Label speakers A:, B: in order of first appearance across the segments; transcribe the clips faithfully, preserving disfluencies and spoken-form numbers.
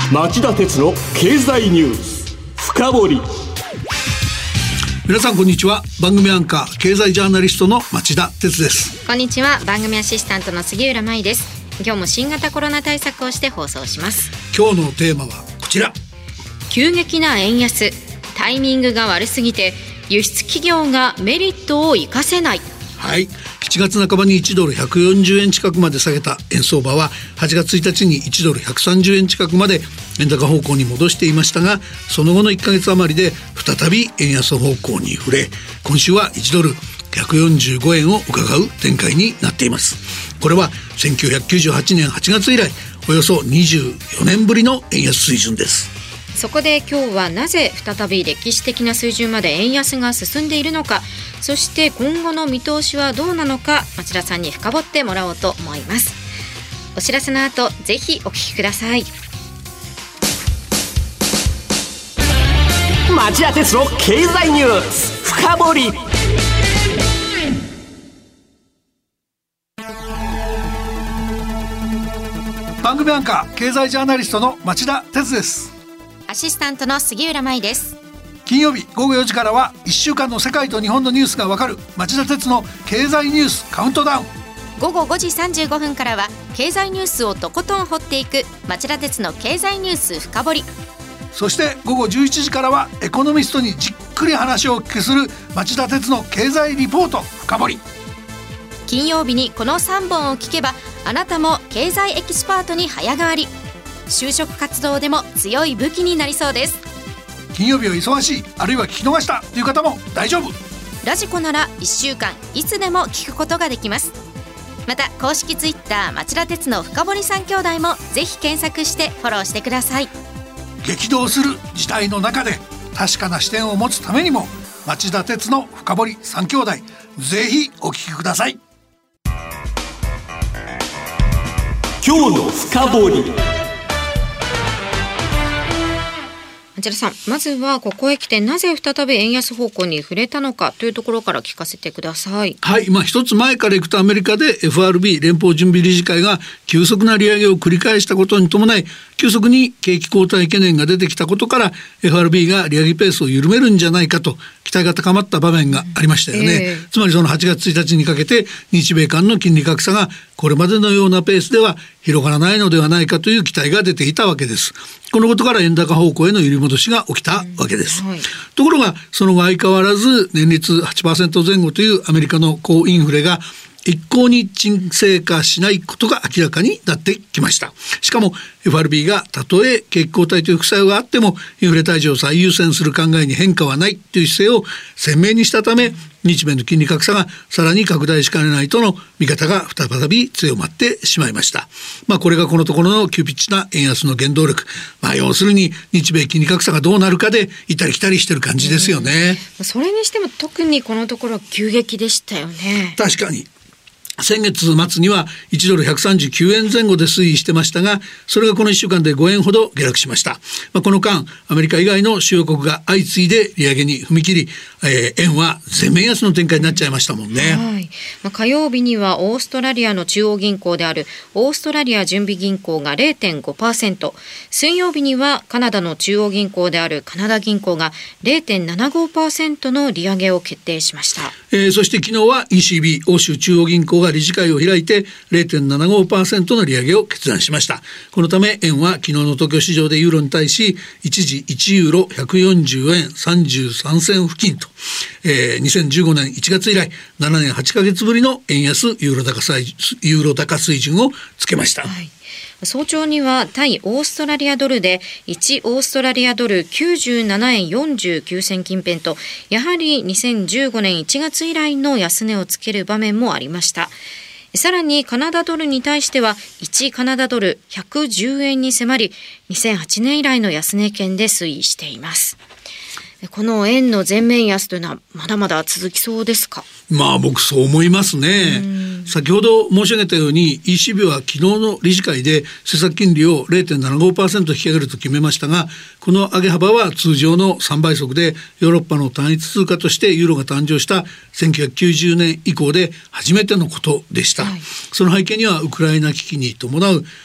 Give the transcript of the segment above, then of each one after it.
A: 町田鉄の経済ニュース深掘り。
B: 皆さんこんにちは。番組アンカー経済ジャーナリストの町田鉄です。
C: こんにちは。番組アシスタントの杉浦舞です。今日も新型コロナ対策をして放送します。
B: 今日のテーマはこちら。
C: 急激な円安、タイミングが悪すぎて輸出企業がメリットを生かせない。
B: はい、しちがつなかばにいちドルひゃくよんじゅうえん近くまで下げた円相場ははちがつついたちにいちドルひゃくさんじゅうえん近くまで円高方向に戻していましたが、その後のいっかげつ余りで再び円安方向に触れ、今週はいちドルひゃくよんじゅうごえんを伺う展開になっています。これはせんきゅうひゃくきゅうじゅうはちねんはちがつ以来およそにじゅうよねんぶりの円安水準です。
C: そこで今日はなぜ再び歴史的な水準まで円安が進んでいるのか、そして今後の見通しはどうなのか、町田さんに深掘ってもらおうと思います。お知らせの後ぜひお聞きください。
A: 町田鉄の経済ニュース深掘り。
B: 番組アンカー経済ジャーナリストの町田鉄です。
C: アシスタントの杉浦舞です。
B: 金曜日ごごよじからはいっしゅうかんの世界と日本のニュースがわかる町田鉄の経済ニュースカウントダウン。
C: ごごごじさんじゅうごふんからは経済ニュースをとことん掘っていく町田鉄の経済ニュース深掘り。
B: そしてごごじゅういちじからはエコノミストにじっくり話をお聞きする町田鉄の経済リポート深掘り。
C: 金曜日にこのさんぼんを聞けばあなたも経済エキスパートに早変わり。就職活動でも強い武器になりそうです。
B: 金曜日は忙しい、あるいは聞き逃したという方も大丈夫。
C: ラジコならいっしゅうかんいつでも聞くことができます。また公式ツイッター町田鉄の深掘り三兄弟もぜひ検索してフォローしてください。
B: 激動する時代の中で確かな視点を持つためにも町田鉄の深掘り三兄弟ぜひお聞きください。
A: 今日の深掘り。
C: 町田さん、まずはここへ来てなぜ再び円安方向に触れたのかというところから聞かせてください。
B: はい、まあ、一つ前からいくとアメリカで エフアールビー 連邦準備理事会が急速な利上げを繰り返したことに伴い急速に景気後退懸念が出てきたことから エフアールビー が利上げペースを緩めるんじゃないかと期待が高まった場面がありましたよね、えー、つまりそのはちがつついたちにかけて日米間の金利格差がこれまでのようなペースでは広がらないのではないかという期待が出ていたわけです。このことから円高方向への揺り戻しが起きたわけです、うんはい、ところがその後相変わらず年率 はちパーセント 前後というアメリカの高インフレが一向に沈静化しないことが明らかになってきました。しかも エフアールビー がたとえ景気後退という副作用があってもインフレ退治を最優先する考えに変化はないという姿勢を鮮明にしたため日米の金利格差がさらに拡大しかねないとの見方が再び強まってしまいました。まあ、これがこのところの急ピッチな円安の原動力、まあ、要するに日米金利格差がどうなるかで行ったり来たりしてる感じですよね、
C: うん、それにしても特にこのところ急激でしたよね。
B: 確かに先月末にはいちドルひゃくさんじゅうきゅうえんぜん後で推移してましたが、それがこのいっしゅうかんでごえんほど下落しました。まあ、この間アメリカ以外の主要国が相次いで利上げに踏み切り、えー、円は全面安の展開になっちゃいましたもんね、
C: はいまあ、火曜日にはオーストラリアの中央銀行であるオーストラリア準備銀行が れいてんごパーセント、 水曜日にはカナダの中央銀行であるカナダ銀行が れいてんななごパーセント の利上げを決定しました。
B: えー、そして昨日は イーシービー 欧州中央銀行が理事会を開いて れいてんななごパーセント の利上げを決断しました。このため円は昨日の東京市場でユーロに対し一時いちユーロひゃくよんじゅうえんさんじゅうさんせん付近と、えー、にせんじゅうごねんいちがつ以来ななねんはちかげつぶりの円安ユーロ高水、ユーロ高水準をつけました、
C: はい。早朝には対オーストラリアドルでいちオーストラリアドルきゅうじゅうななえんよんじゅうきゅうせん近辺とやはりにせんじゅうごねんいちがつ以来の安値をつける場面もありました。さらにカナダドルに対してはいちカナダドルひゃくじゅうえんに迫りにせんはちねん以来の安値圏で推移しています。この円の全面安というのはまだまだ続きそうですか？
B: まあ僕そう思いますね。先ほど申し上げたように イーシービー は昨日の理事会で政策金利を れいてんななごパーセント 引き上げると決めましたが、この上げ幅は通常のさんばい速でヨーロッパの単一通貨としてユーロが誕生したせんきゅうひゃくきゅうじゅうねん以降で初めてのことでした、はい、その背景にはウクライナ危機に伴う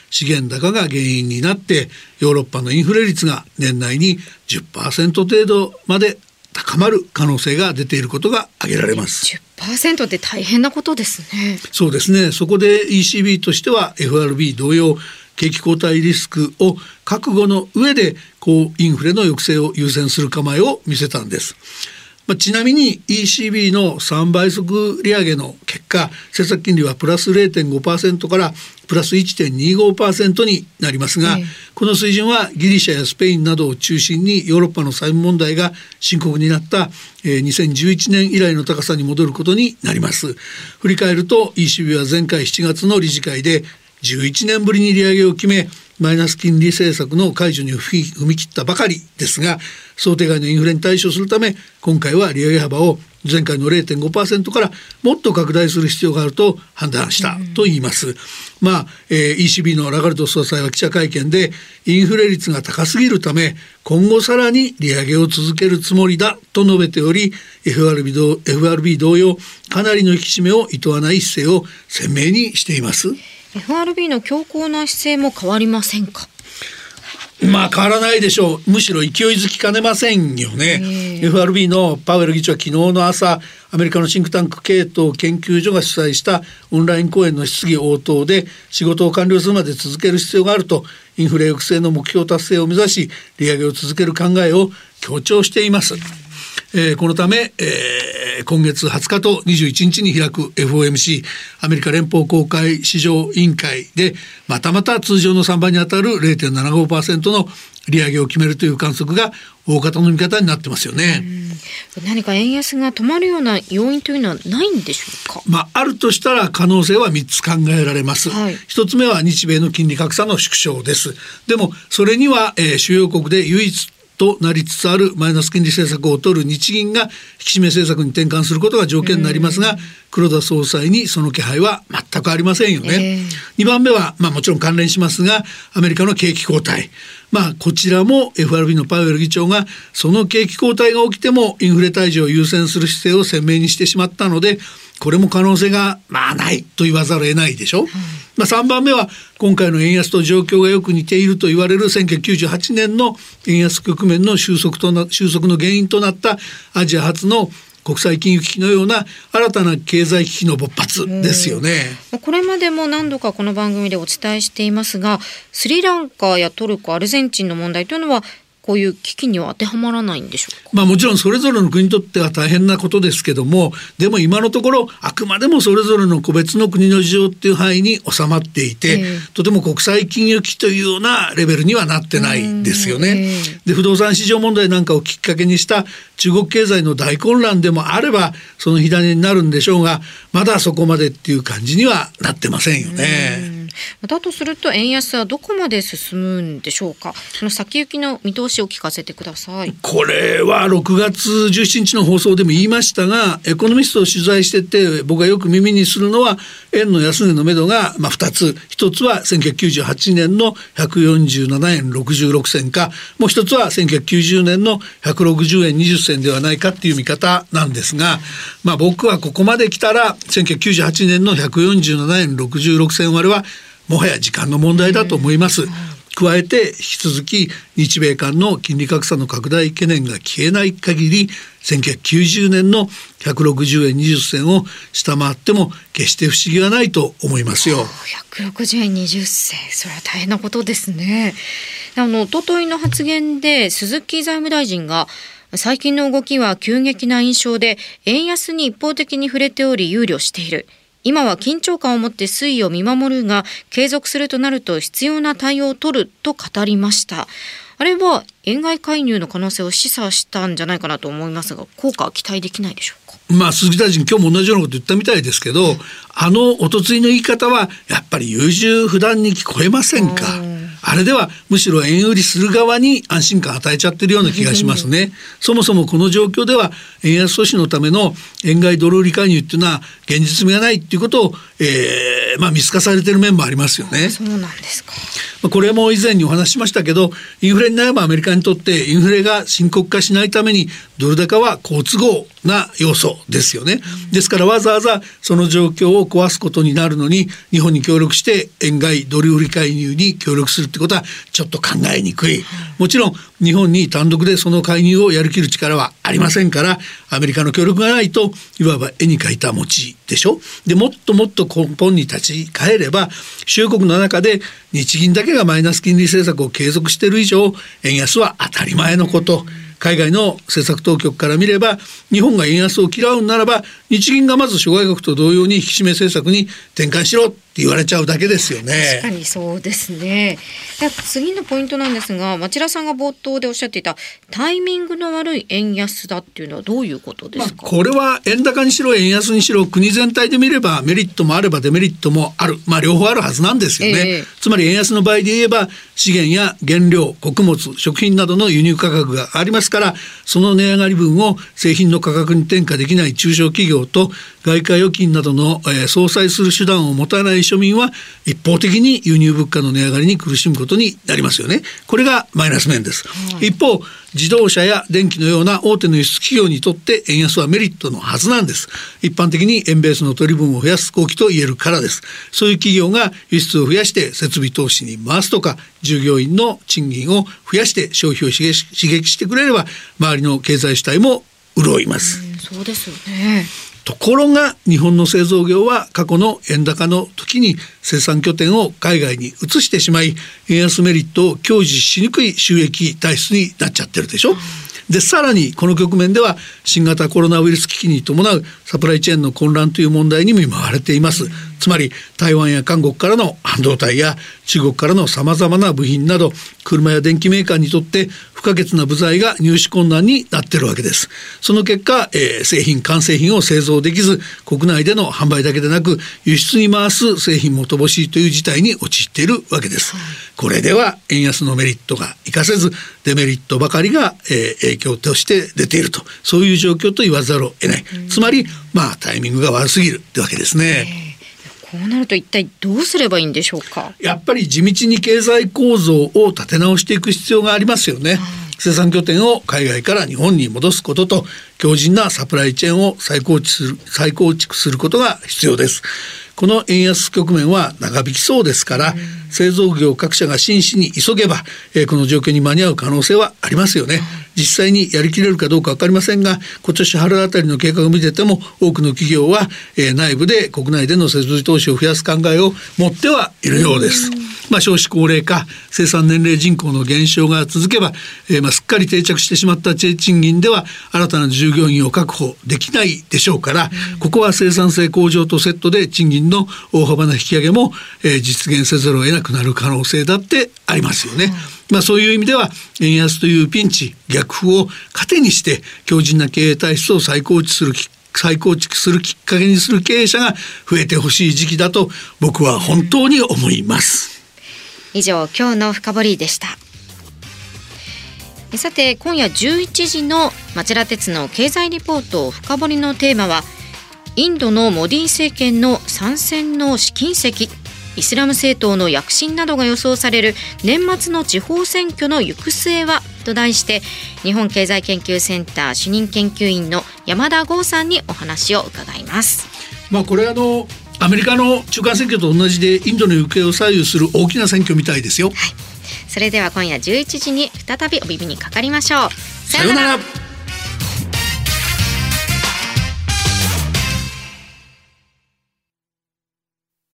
B: 資源高が原因になってヨーロッパのインフレ率が年内に じゅっパーセント 程度まで高まる可能性が出ていることが挙げられます。
C: じゅっパーセント って大変なことですね。
B: そうですね。そこで イーシービー としては エフアールビー 同様景気後退リスクを覚悟の上で高インフレの抑制を優先する構えを見せたんです。まあ、ちなみに イーシービー のさんばい速利上げの結果、政策金利はプラス れいてんごパーセント からプラス いちてんにごパーセント になりますが、ええ、この水準はギリシャやスペインなどを中心にヨーロッパの債務問題が深刻になった、えー、にせんじゅういちねん以来の高さに戻ることになります。振り返ると イーシービー は前回しちがつの理事会でじゅういちねんぶりに利上げを決め、マイナス金利政策の解除に踏み切ったばかりですが、想定外のインフレに対処するため今回は利上げ幅を前回の れいてんごパーセント からもっと拡大する必要があると判断したと言います。うん、まあ、えー、イーシービー のラガルド総裁は記者会見でインフレ率が高すぎるため今後さらに利上げを続けるつもりだと述べており、 エフアールビー 同, エフアールビー 同様かなりの引き締めを厭わない姿勢を鮮明にしています。
C: エフアールビー の強硬な姿勢も変わりませんか？
B: まあ変わらないでしょう。むしろ勢いづきかねませんよね。 エフアールビー のパウエル議長は昨日の朝、アメリカのシンクタンク系統研究所が主催したオンライン講演の質疑応答で、仕事を完了するまで続ける必要があると、インフレ抑制の目標達成を目指し利上げを続ける考えを強調しています。えー、このため、えー、今月はつかとにじゅういちにちに開く エフオーエムシー アメリカ連邦公開市場委員会でまたまた通常のさんばいにあたる れいてんななごパーセント の利上げを決めるという観測が大方の見方になってますよね。
C: うん、何か円安が止まるような要因というのはないんでしょうか？
B: まあ、あるとしたら可能性はみっつ考えられます。はい、ひとつめは日米の金利格差の縮小です。でもそれには、えー、主要国で唯一となりつつあるマイナス金利政策を取る日銀が引き締め政策に転換することが条件になりますが、黒田総裁にその気配は全くありませんよね。にばんめは、まあ、もちろん関連しますがアメリカの景気後退、まあ、こちらも エフアールビー のパウエル議長がその景気後退が起きてもインフレ退治を優先する姿勢を鮮明にしてしまったので、これも可能性がまあないと言わざるを得ないでしょ。うん、まあ、さんばんめは今回の円安と状況がよく似ていると言われるせんきゅうひゃくきゅうじゅうはちねんの円安局面の収束とな収束の原因となったアジア初の国際金融危機のような新たな経済危機の勃発ですよね。
C: これまでも何度かこの番組でお伝えしていますが、スリランカやトルコ、アルゼンチンの問題というのはこういう危機には当てはまらないんでしょうか？
B: まあ、もちろんそれぞれの国にとっては大変なことですけども、でも今のところあくまでもそれぞれの個別の国の事情っていう範囲に収まっていて、えー、とても国際金融危機というようなレベルにはなってないですよね。えー、で不動産市場問題なんかをきっかけにした中国経済の大混乱でもあればその火種になるんでしょうが、まだそこまでっていう感じにはなってませんよね。
C: だとすると円安はどこまで進むんでしょうか？その先行きの見通しを聞かせてください。
B: これはろくがつじゅうしちにちの放送でも言いましたが、エコノミストを取材してて僕がよく耳にするのは円の安値の目処がまあふたつ、ひとつはせんきゅうひゃくきゅうじゅうはちねんのひゃくよんじゅうななえんろくじゅうろくせんか、もうひとつはせんきゅうひゃくきゅうじゅうねんのひゃくろくじゅうえんにじゅっせんではないかっていう見方なんですが、まあ、僕はここまで来たらせんきゅうひゃくきゅうじゅうはちねんのひゃくよんじゅうななえんろくじゅうろくせん割れはもはや時間の問題だと思います。加えて引き続き日米間の金利格差の拡大懸念が消えない限りせんきゅうひゃくきゅうじゅうねんのひゃくろくじゅうえんにじゅっせんを下回っても決して不思議はないと思いますよ。
C: ひゃくろくじゅうえんにじゅっせん、それは大変なことですね。あの一昨日の発言で鈴木財務大臣が最近の動きは急激な印象で円安に一方的に触れており憂慮している。今は緊張感を持って推移を見守るが継続するとなると必要な対応を取ると語りました。あれは円買い介入の可能性を示唆したんじゃないかなと思いますが、効果は期待できないでしょうか？
B: まあ、鈴木大臣今日も同じようなこと言ったみたいですけど、あのおとついの言い方はやっぱり優柔不断に聞こえませんか？あれではむしろ円売りする側に安心感与えちゃってるような気がしますね。そもそもこの状況では円安阻止のための円買いドル売り介入っていうのは現実味がないっていうことを、えーまあ、見透かされてる面もありますよね。
C: そうなんですか。
B: これも以前にお話ししましたけど、インフレに悩むアメリカにとってインフレが深刻化しないためにドル高は好都合な要素ですよね。ですからわざわざその状況を壊すことになるのに日本に協力して円買いドル売り介入に協力するってことはちょっと考えにくい。もちろん日本に単独でその介入をやるきる力はありませんから、アメリカの協力がないといわば絵に描いた餅でしょ。でもっともっと根本に立ち返れば、主要国の中で日銀だけがマイナス金利政策を継続している以上、円安は当たり前のこと。海外の政策当局から見れば、日本が円安を嫌うならば日銀がまず諸外国と同様に引き締め政策に転換しろって言われちゃうだけですよね。
C: 確かにそうですね。では次のポイントなんですが、町田さんが冒頭でおっしゃっていたタイミングの悪い円安だっていうのはどういうことですか。
B: まあ、これは円高にしろ円安にしろ国全体で見ればメリットもあればデメリットもある、まあ、両方あるはずなんですよね、えー、つまり円安の場合で言えば資源や原料、穀物、食品などの輸入価格がありますから、その値上がり分を製品の価格に転嫁できない中小企業と外貨預金などの、えー、相殺する手段を持たない庶民は一方的に輸入物価の値上がりに苦しむことになりますよね。これがマイナス面です、はい、一方自動車や電機のような大手の輸出企業にとって円安はメリットのはずなんです。一般的に円ベースの取り分を増やす好機と言えるからです。そういう企業が輸出を増やして設備投資に回すとか、従業員の賃金を増やして消費を刺激、刺激してくれれば周りの経済主体も潤います。
C: うん、そうですよね。
B: ところが日本の製造業は過去の円高の時に生産拠点を海外に移してしまい、円安メリットを享受しにくい収益体質になっちゃってるでしょ、うん、でさらにこの局面では新型コロナウイルス危機に伴うサプライチェーンの混乱という問題に見舞われています、うん、つまり台湾や韓国からの半導体や中国からのさまざまな部品など車や電機メーカーにとって不可欠な部材が入手困難になっているわけです。その結果、えー、製品完成品を製造できず国内での販売だけでなく輸出に回す製品も乏しいという事態に陥っているわけです。これでは円安のメリットが生かせずデメリットばかりが、えー、影響として出ていると、そういう状況と言わざるを得ない。つまりまあタイミングが悪すぎるってわけですね。
C: こうなると一体どうすればいいんでしょうか。
B: やっぱり地道に経済構造を立て直していく必要がありますよね。生産拠点を海外から日本に戻すことと強靭なサプライチェーンを再構築する、再構築することが必要です。この円安局面は長引きそうですから、製造業各社が真摯に急げば、えー、この状況に間に合う可能性はありますよね。実際にやりきれるかどうか分かりませんが、今年春あたりの計画を見てても多くの企業は、えー、内部で国内での設備投資を増やす考えを持ってはいるようです。まあ、少子高齢化、生産年齢人口の減少が続けば、えーまあ、すっかり定着してしまった賃金では新たな従業員を確保できないでしょうから、ここは生産性向上とセットで賃金の大幅な引き上げも、えー、実現せざるを得なくなる可能性だってありますよね。まあ、そういう意味では円安というピンチ逆風を糧にして強靭な経営体質を再構築する再構築するきっかけにする経営者が増えてほしい時期だと僕は本当に思います。
C: 以上今日の深掘りでした。さて今夜じゅういちじの町田鉄の経済リポート深掘りのテーマは、インドのモディ政権の参戦の試金石、イスラム政党の躍進などが予想される年末の地方選挙の行く末はと題して、日本経済研究センター主任研究員の山田剛さんにお話を伺います。
B: まあ、これあのアメリカの中間選挙と同じでインドの行方を左右する大きな選挙みたいですよ。
C: はい、それでは今夜じゅういちじに再びお耳にかかりましょう。
B: さようなら。